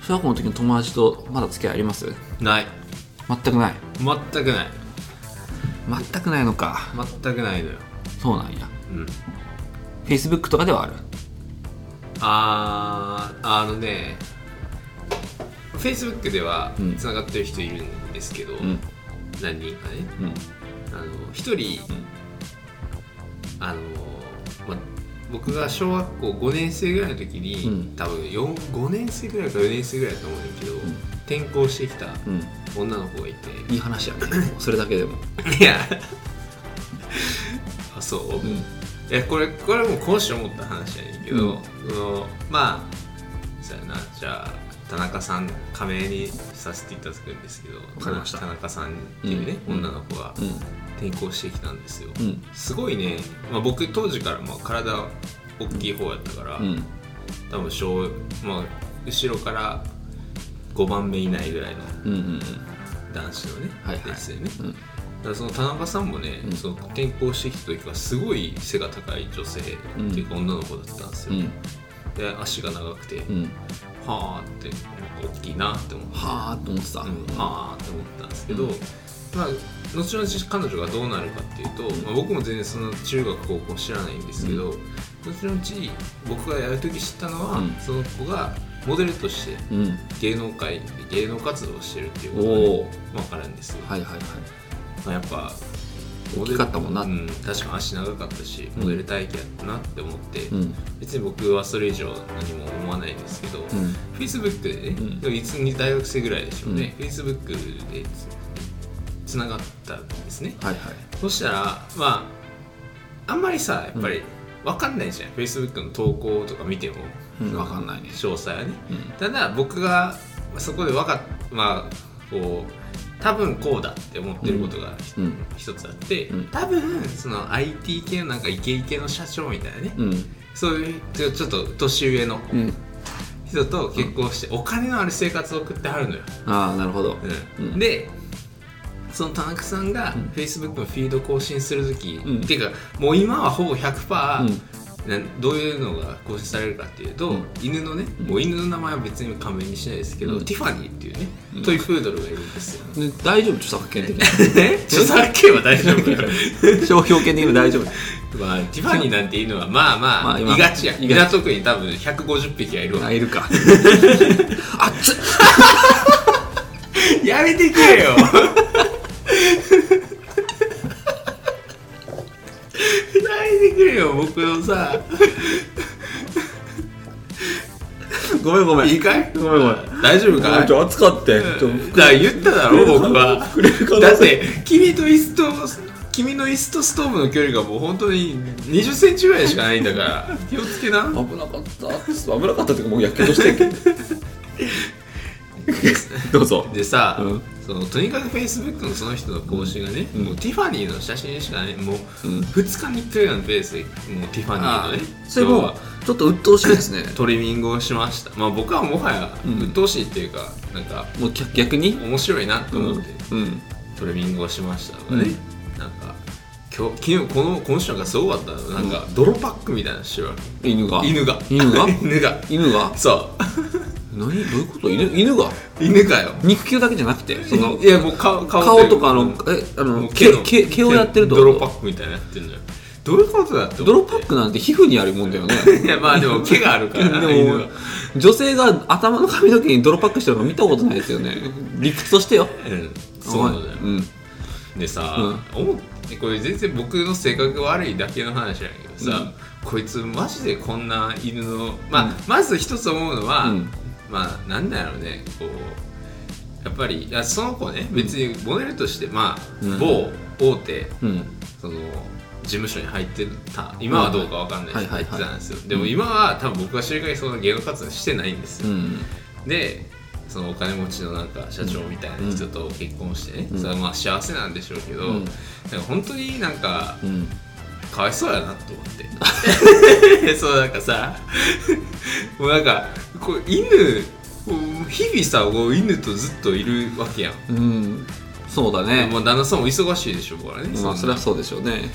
小学校の時の友達とまだ付き合いあります？ ない。 全くない。 全くない。 全くないのか。 全くないのよ。 そうなんや。 うん。 Facebook とかではある？ Facebook ではつながってる人いるんですけど、 うん、 何人かね、 うん、 一人、僕が小学校5年生ぐらいの時に、多分5年生ぐらいか4年生ぐらいだと思うんだけど、転校してきた女の子がいて、 いい話やねそれだけでもいやあ、そう、いやこれもう講師思った話やねんけど、まあそうやな、じゃあ田中さん仮名にさせていただくんですけど、 わかりました。 田中さんっていうね、女の子が転校してきたんですよ、すごいね、僕当時から体大きい方やったから、多分後ろから5番目以内ぐらいの男子のね、ですよね。だからその田中さんもね、その転校してきた時はすごい背が高い女性っていうか女の子だったんですよ、で足が長くて、はーって大きいなって思って、 はーって思ってた、 はーって思ったんですけど、後々彼女がどうなるかっていうと、僕も全然その中学高校知らないんですけど、後々僕がやる時知ったのは、その子がモデルとして芸能活動をしてるっていうことが、分かるんですよ。やっぱ大きかったもんな、 確か足長かったしモデル体型やったなって思って、別に僕はそれ以上何も思わないんですけど、Facebook でね、いつに大学生ぐらいでしょうね、Facebook でつながったんですね。そしたらあんまりさ、やっぱり分かんないじゃん、Facebook の投稿とか見ても、 分かんないね、 詳細はね。ただ僕がそこで多分こうだって思ってることが一つあって、多分その IT 系のなんかイケイケの社長みたいなね、そういうちょっと年上の人と結婚してお金のある生活を送ってはるのよ。 ああ、なるほど。 でその田中さんが Facebook のフィード更新するとき、っていうかもう今はほぼ 100%、どういうのが更新されるかっていうと、犬のね、もう犬の名前は別に仮名にしないですけど、ティファニーっていうね、トイプードルがいるんですよ。 大丈夫？著作権的に著作権は大丈夫だよ商標権的に大丈夫。 ティファニーなんて犬はいがちや。港区に多分150匹はいるわ。 いるかあっつやめてくれよ僕のさごめんいいかい？ ごめん大丈夫かい？ 熱かってだから言っただろ僕はだって君の椅子とストーブの距離がもう本当に20センチぐらいしかないんだから気をつけな。 危なかったっていうかもうやけどしてんけどどうぞ。 でさ、とにかく Facebook のその人の更新がね、もうティファニーの写真しかね、もう2日に1回ぐらいのペースでもうティファニーのね、 それもちょっと鬱陶しいですねトリミングをしました。僕はもはや鬱陶しいっていうか、なんかもう逆に面白いなと思って、トリミングをしましたがね、なんか今週なんかすごかったの、なんか泥パックみたいなのしてるわけ。犬がそうどういうこと？犬かよ。肉球だけじゃなくて、 いやもう顔とか毛をやってると泥パックみたいなやってるのよ。どういうことだって。 泥パックなんて皮膚にあるもんだよねいやでも毛があるからでも女性が頭の髪の毛に泥パックしてるの見たことないですよね理屈としてよ。 そうなんだよ。でさ、これ全然僕の性格が悪いだけの話なんだけどさ、こいつマジでこんな犬のまず一つ思うのは、なんだろうね、こうやっぱりその子ね、別にモデルとして某大手その事務所に入ってた、今はどうかわかんないですけど入ってたんですよ。でも今は多分僕が知る限りその芸能活動してないんですよ。でそのお金持ちのなんか社長みたいな人と結婚してね、それは幸せなんでしょうけど、なんか本当になんかかわいそうやなと思ってそうなんかさもうなんかこう日々さこう犬とずっといるわけやん。 そうだね。 旦那さんも忙しいでしょうからね。 それはそうでしょうね。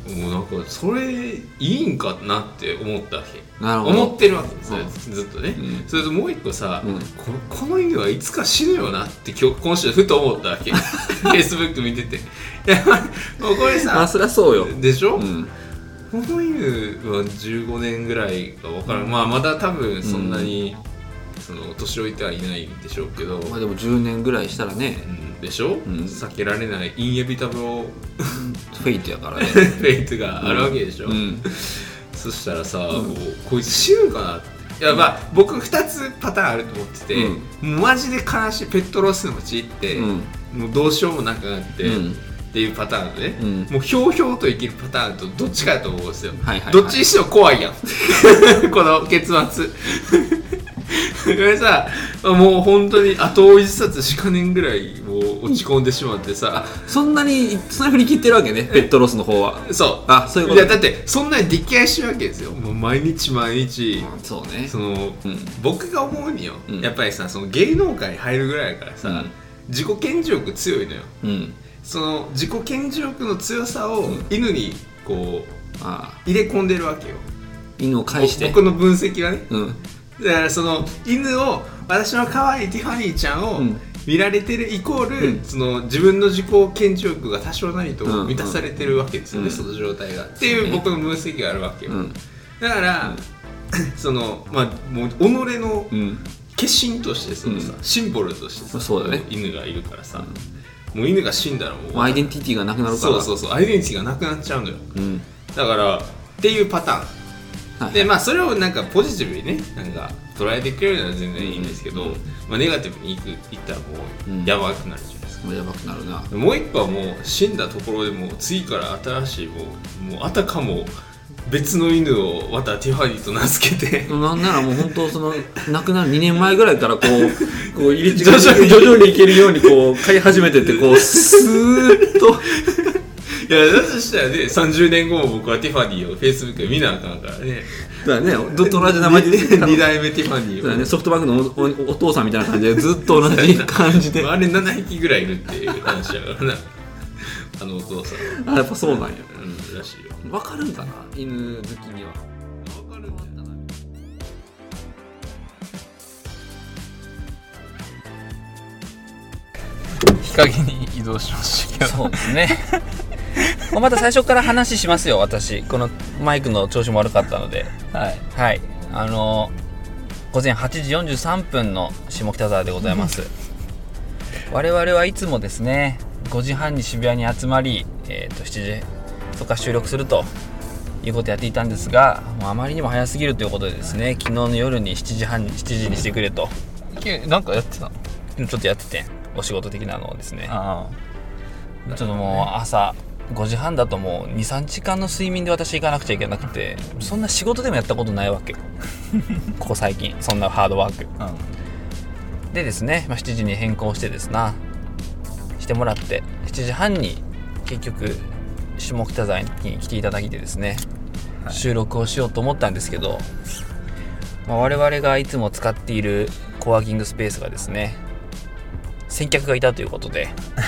もうなんかそれいいんかなって思ったわけ。 なるほど。 思ってるわけですよ、ずっとね、それともう一個さ、この犬はいつか死ぬよなって今週ふと思ったわけFacebook 見てて、いやもうこれさそりゃそうよでしょ、この犬は15年ぐらいか分からん、まだ多分そんなに、その年老いてはいないんでしょうけど、 でも10年ぐらいしたらね、 でしょ、避けられないインエビタブルフェイトやからねフェイトがあるわけでしょ、そしたらさ、こいつ死ぬかなって。いや僕2つパターンあると思ってて、もうマジで悲しいペットロスの陥って、もうどうしようもなくなって、っていうパターンとね、もうひょうひょうと生きるパターンとどっちかだと思うんですよ、どっちにしても怖いやんこの結末これさ、もう本当に後追い自殺しかねんぐらいもう落ち込んでしまってさ、 そんなに振り切ってるわけね、ペットロスの方は。 そういうこと。いやだってそんなに溺愛してるわけですよ、もう毎日そうね、 僕が思うによ、やっぱりさ、その芸能界入るぐらいからさ、自己顕示欲強いのよ、その自己顕示欲の強さを犬にこう入れ込んでるわけよ、犬を介して。僕の分析はね、だからその犬を、私の可愛いティファニーちゃんを見られてるイコール、その自分の自己顕示欲が多少なりと満たされてるわけですよね、その状態がっていう僕の分析があるわけよ、だからそのもう己の化身としてそのさ、シンボルとしてさ、犬がいるからさ、もう犬が死んだらもうアイデンティティがなくなるから、 そうアイデンティティがなくなっちゃうのよ、だからっていうパターンで、それをなんかポジティブにね、なんか捉えてくれるのは全然いいんですけど、ネガティブにいったらもうやばくなるじゃないですか、 やばくなるな。 もう一個はもう死んだところでもう次から新しいもうあたかも別の犬をまたティファニーと名付けて、 なんならもう本当その亡くなる2年前ぐらいからこう入り違い徐々にいけるようにこう飼い始めてってこうスーッといやだとしたらね、30年後も僕はティファニーを Facebook で見なあかんからね。 だからね、ずっと同じ名前で 2代目ティファニーを、 ソフトバンクの お父さんみたいな感じでずっと同じ感じであれ7匹ぐらいいるっていう話やからなあのお父さんやっぱそうなんや、 らしいよ。 分かるんかな、犬好きには。 分かるんじゃない。 日陰に移動しましたけど、 そうですねまた最初から話しますよ、私このマイクの調子も悪かったので、はい、午前8時43分の下北沢でございます我々はいつもですね5時半に渋谷に集まり、7時とか収録するということをやっていたんですが、もうあまりにも早すぎるということでですね、昨日の夜に7時にしてくれと。 なんかやってたの？ ちょっとやってて、お仕事的なのをですね、ちょっともう朝5時半だともう 2,3 時間の睡眠で私行かなくちゃいけなくて、そんな仕事でもやったことないわけここ最近そんなハードワーク、でですね、7時に変更してですなしてもらって、7時半に結局下北沢に来ていただいてですね、収録をしようと思ったんですけど、我々がいつも使っているコワーキングスペースがですね、先客がいたということで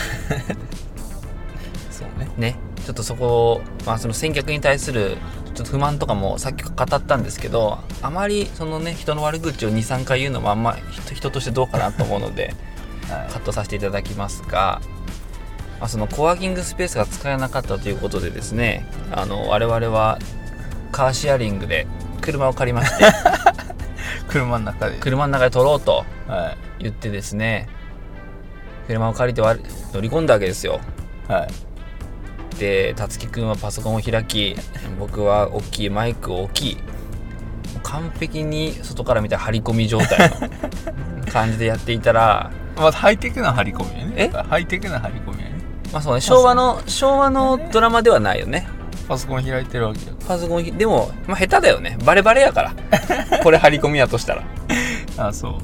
そうね、 ちょっとそこを、その先客に対するちょっと不満とかもさっき語ったんですけど、あまりそのね人の悪口を 2,3 回言うのもあんま人としてどうかなと思うのでカットさせていただきますが、そのコワーキングスペースが使えなかったということでですね、我々はカーシェアリングで車を借りまして車の中で撮ろうと言ってですね、車を借りて乗り込んだわけですよ。で、たつきくんはパソコンを開き、僕は大きいマイクを置き、完璧に外から見た張り込み状態の感じでやっていたらハイテクな張り込みやね。ハイテクな張り込みやね。 そうね、昭和のドラマではないよね。 パソコン開いてるわけよ。 パソコンでも、下手だよね。バレバレやからこれ張り込みやとしたらそう、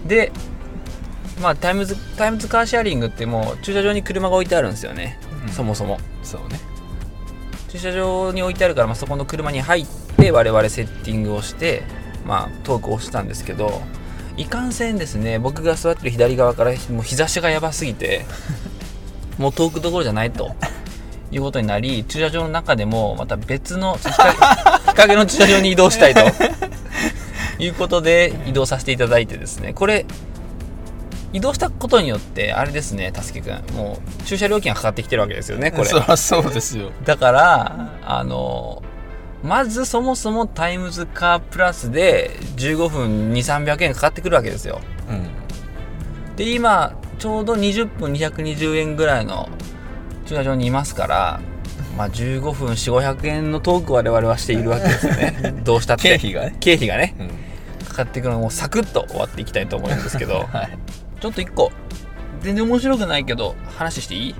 で、タイムズカーシェアリングってもう駐車場に車が置いてあるんですよね、そもそも。 そうね、 駐車場に置いてあるから、そこの車に入って我々セッティングをして、トークをしたんですけど、いかんせんですね、僕が座ってる左側からもう日差しがやばすぎてもうトークどころじゃないということになり、駐車場の中でもまた別の日陰の駐車場に移動したいということで移動させていただいてですね、これ移動したことによってあれですね、たすきくん、もう駐車料金がかかってきてるわけですよね、これ。 そりゃそうですよ。 だからまずそもそもタイムズカープラスで15分200-300円かかってくるわけですよ。で今ちょうど20分220円ぐらいの駐車場にいますから、15分400-500円のトークを我々はしているわけですよね。どうしたって経費がね、かかってくるのをサクッと終わっていきたいと思うんですけど、はい、ちょっと一個全然面白くないけど話していい？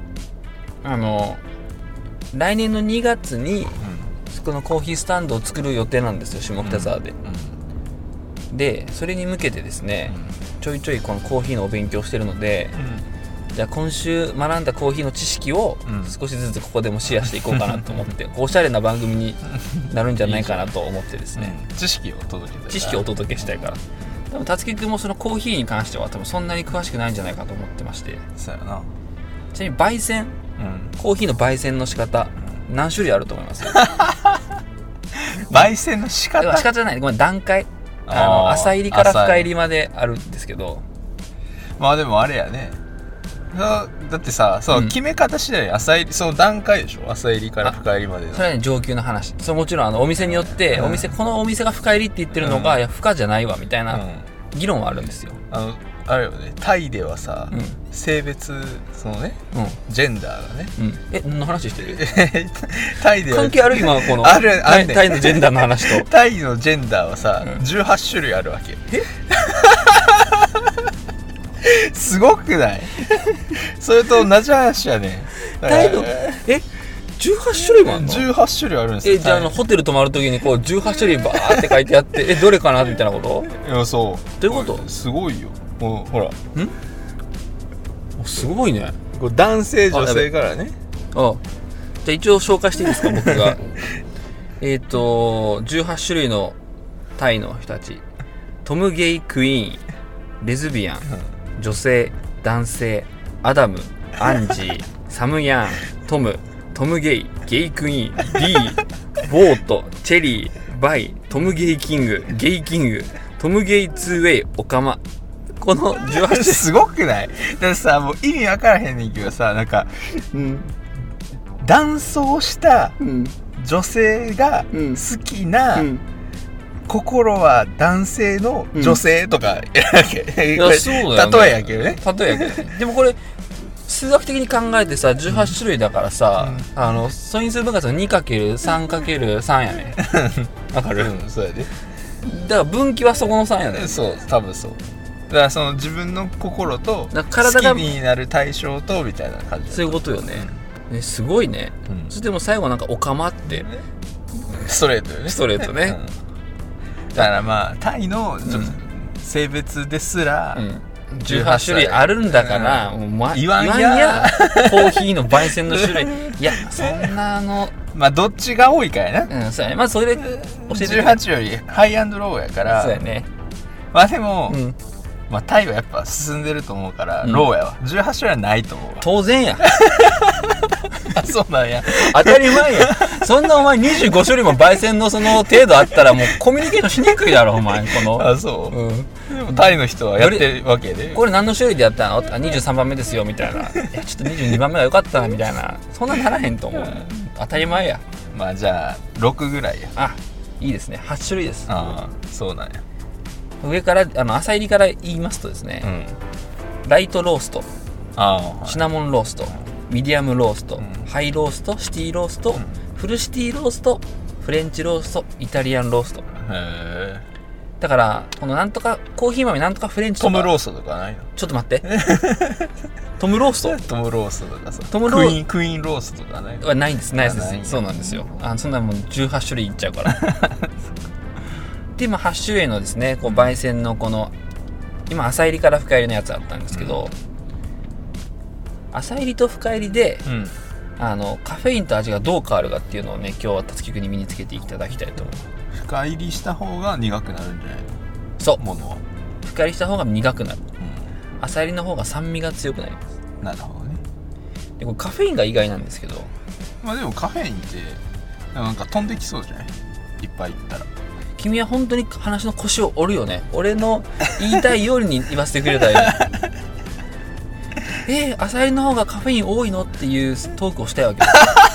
来年の2月に、このコーヒースタンドを作る予定なんですよ、下北沢で。でそれに向けてですね、ちょいちょいこのコーヒーのお勉強してるので、じゃあ今週学んだコーヒーの知識を少しずつここでもシェアしていこうかなと思っておしゃれな番組になるんじゃないかなと思ってですね、 知識をお届けしたいから。多分辰樹君もそのコーヒーに関しては多分そんなに詳しくないんじゃないかと思ってまして。 そうやな。 ちなみに焙煎、コーヒーの焙煎の仕方何種類あると思います？ 焙煎の仕方じゃない、ごめん、段階、浅入りから深入りまであるんですけど、 でもあれやね、だってさ、決め方次第、浅入り、その段階でしょ、浅入りから深入りまで。 それはね、上級の話。それもちろんお店によって、このお店が深入りって言ってるのが、いや深じゃないわみたいな議論はあるんですよ。 あれよね、タイではさ、性別、そのね、ジェンダーがね、 何の話してる？ タイでは関係ある？今このタイのジェンダーの話と。 タイのジェンダーはさ、18種類あるわけ。すごくない？それと同じ話やね。 タイの18種類もあるの ？18種類あるんですよ。 じゃあホテル泊まるときにこう18種類バーって書いてあってどれかなみたいなこと？ いや、そう。 どういうこと？ すごいよ。ほら。 すごいね。 これ男性女性からね。 じゃあ一応紹介していいですか、僕が。18種類のタイの人たち。トム・ゲイ・クイーン、レズビアン、女性、男性、アダム、アンジー、サムヤン、トムゲイ、ゲイクイーン、ビー、ボート、チェリー、バイ、トムゲイキング、ゲイキング、トムゲイツーウェイ、オカマ。この18 すごくない？だってさ、もう意味わからへんねんけどさ、なんか、男装した女性が好きな、心は男性の女性とかやるわけ。 いや、そうだよね。 例えやけどね。 でもこれ数学的に考えてさ、18種類だからさ、素因数分割の 2×3×3 やね。わかる？ そうやで。 だから分岐はそこの3やね。 そう、多分そう。だからその自分の心と好きになる対象とみたいな感じ。 そういうことよね。すごいね。そしても最後なんかオカマってストレートよね。 ストレートね。 だからタイの性別ですら 18種類あるんだから、言わんやコーヒーの焙煎の種類。いや、そんなどっちが多いかやな。 そうやね。まずそれで教えて。 18よりハイアンドローやから。 そうやね。 でも、タイはやっぱ進んでると思うから、ローやわ。18種類はないと思うわ。 当然や。 そうなんや。 当たり前や。そんなお前25種類も焙煎のその程度あったらもうコミュニケーションしにくいだろ、お前。 そう。でもタイの人はやってるわけで。 これ何の種類でやったの？23番目ですよ、みたいな。ちょっと22番目が良かったな、みたいな。そんなならへんと思う。当たり前や。 じゃあ、6ぐらいや。 いいですね。8種類です。 そうなんや。 上から浅入りから言いますとですね、ライトロースト、シナモンロースト、ミディアムロースト、ハイロースト、シティロースト、フルシティロースト、フレンチロースト、イタリアンロースト。だからこのなんとかコーヒー豆なんとかフレンチとかトムローストとかないの？ ちょっと待って。トムロースト？ トムローストとかさ、クイーンローストとかないの？ はないんです。ないです。そうなんですよ。そんなもん18種類いっちゃうから。で今8種類のですね、こう焙煎のこの今浅入りから深入りのやつあったんですけど、浅入りと深入りで、カフェインと味がどう変わるかっていうのをね、今日は辰樹君に身につけていただきたいと思う。 深入りした方が苦くなるんじゃないの？ そう、 ものは深入りした方が苦くなる、浅入りの方が酸味が強くなります。 なるほどね。 でこれカフェインが意外なんですけど、 まあでもカフェインってなんか飛んできそうじゃない？いっぱいいったら。 君は本当に話の腰を折るよね。俺の言いたいように言わせてくれたよアサリの方がカフェイン多いのっていうトークをしたいわけ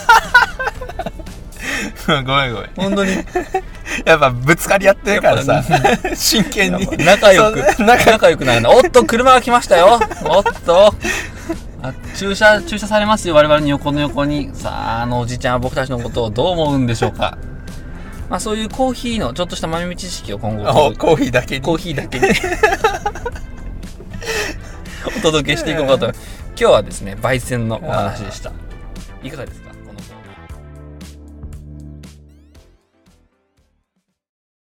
ごめん本当にやっぱぶつかり合ってるからさ真剣に仲良くなるな。おっと車が来ましたよ。おっと駐車されますよ、我々の横に。さあおじちゃんは僕たちのことをどう思うんでしょうか。まあそういうコーヒーのちょっとした豆知識を今後コーヒーだけにお届けしていこうかと。今日はですね、焙煎のお話でした。いかがですか？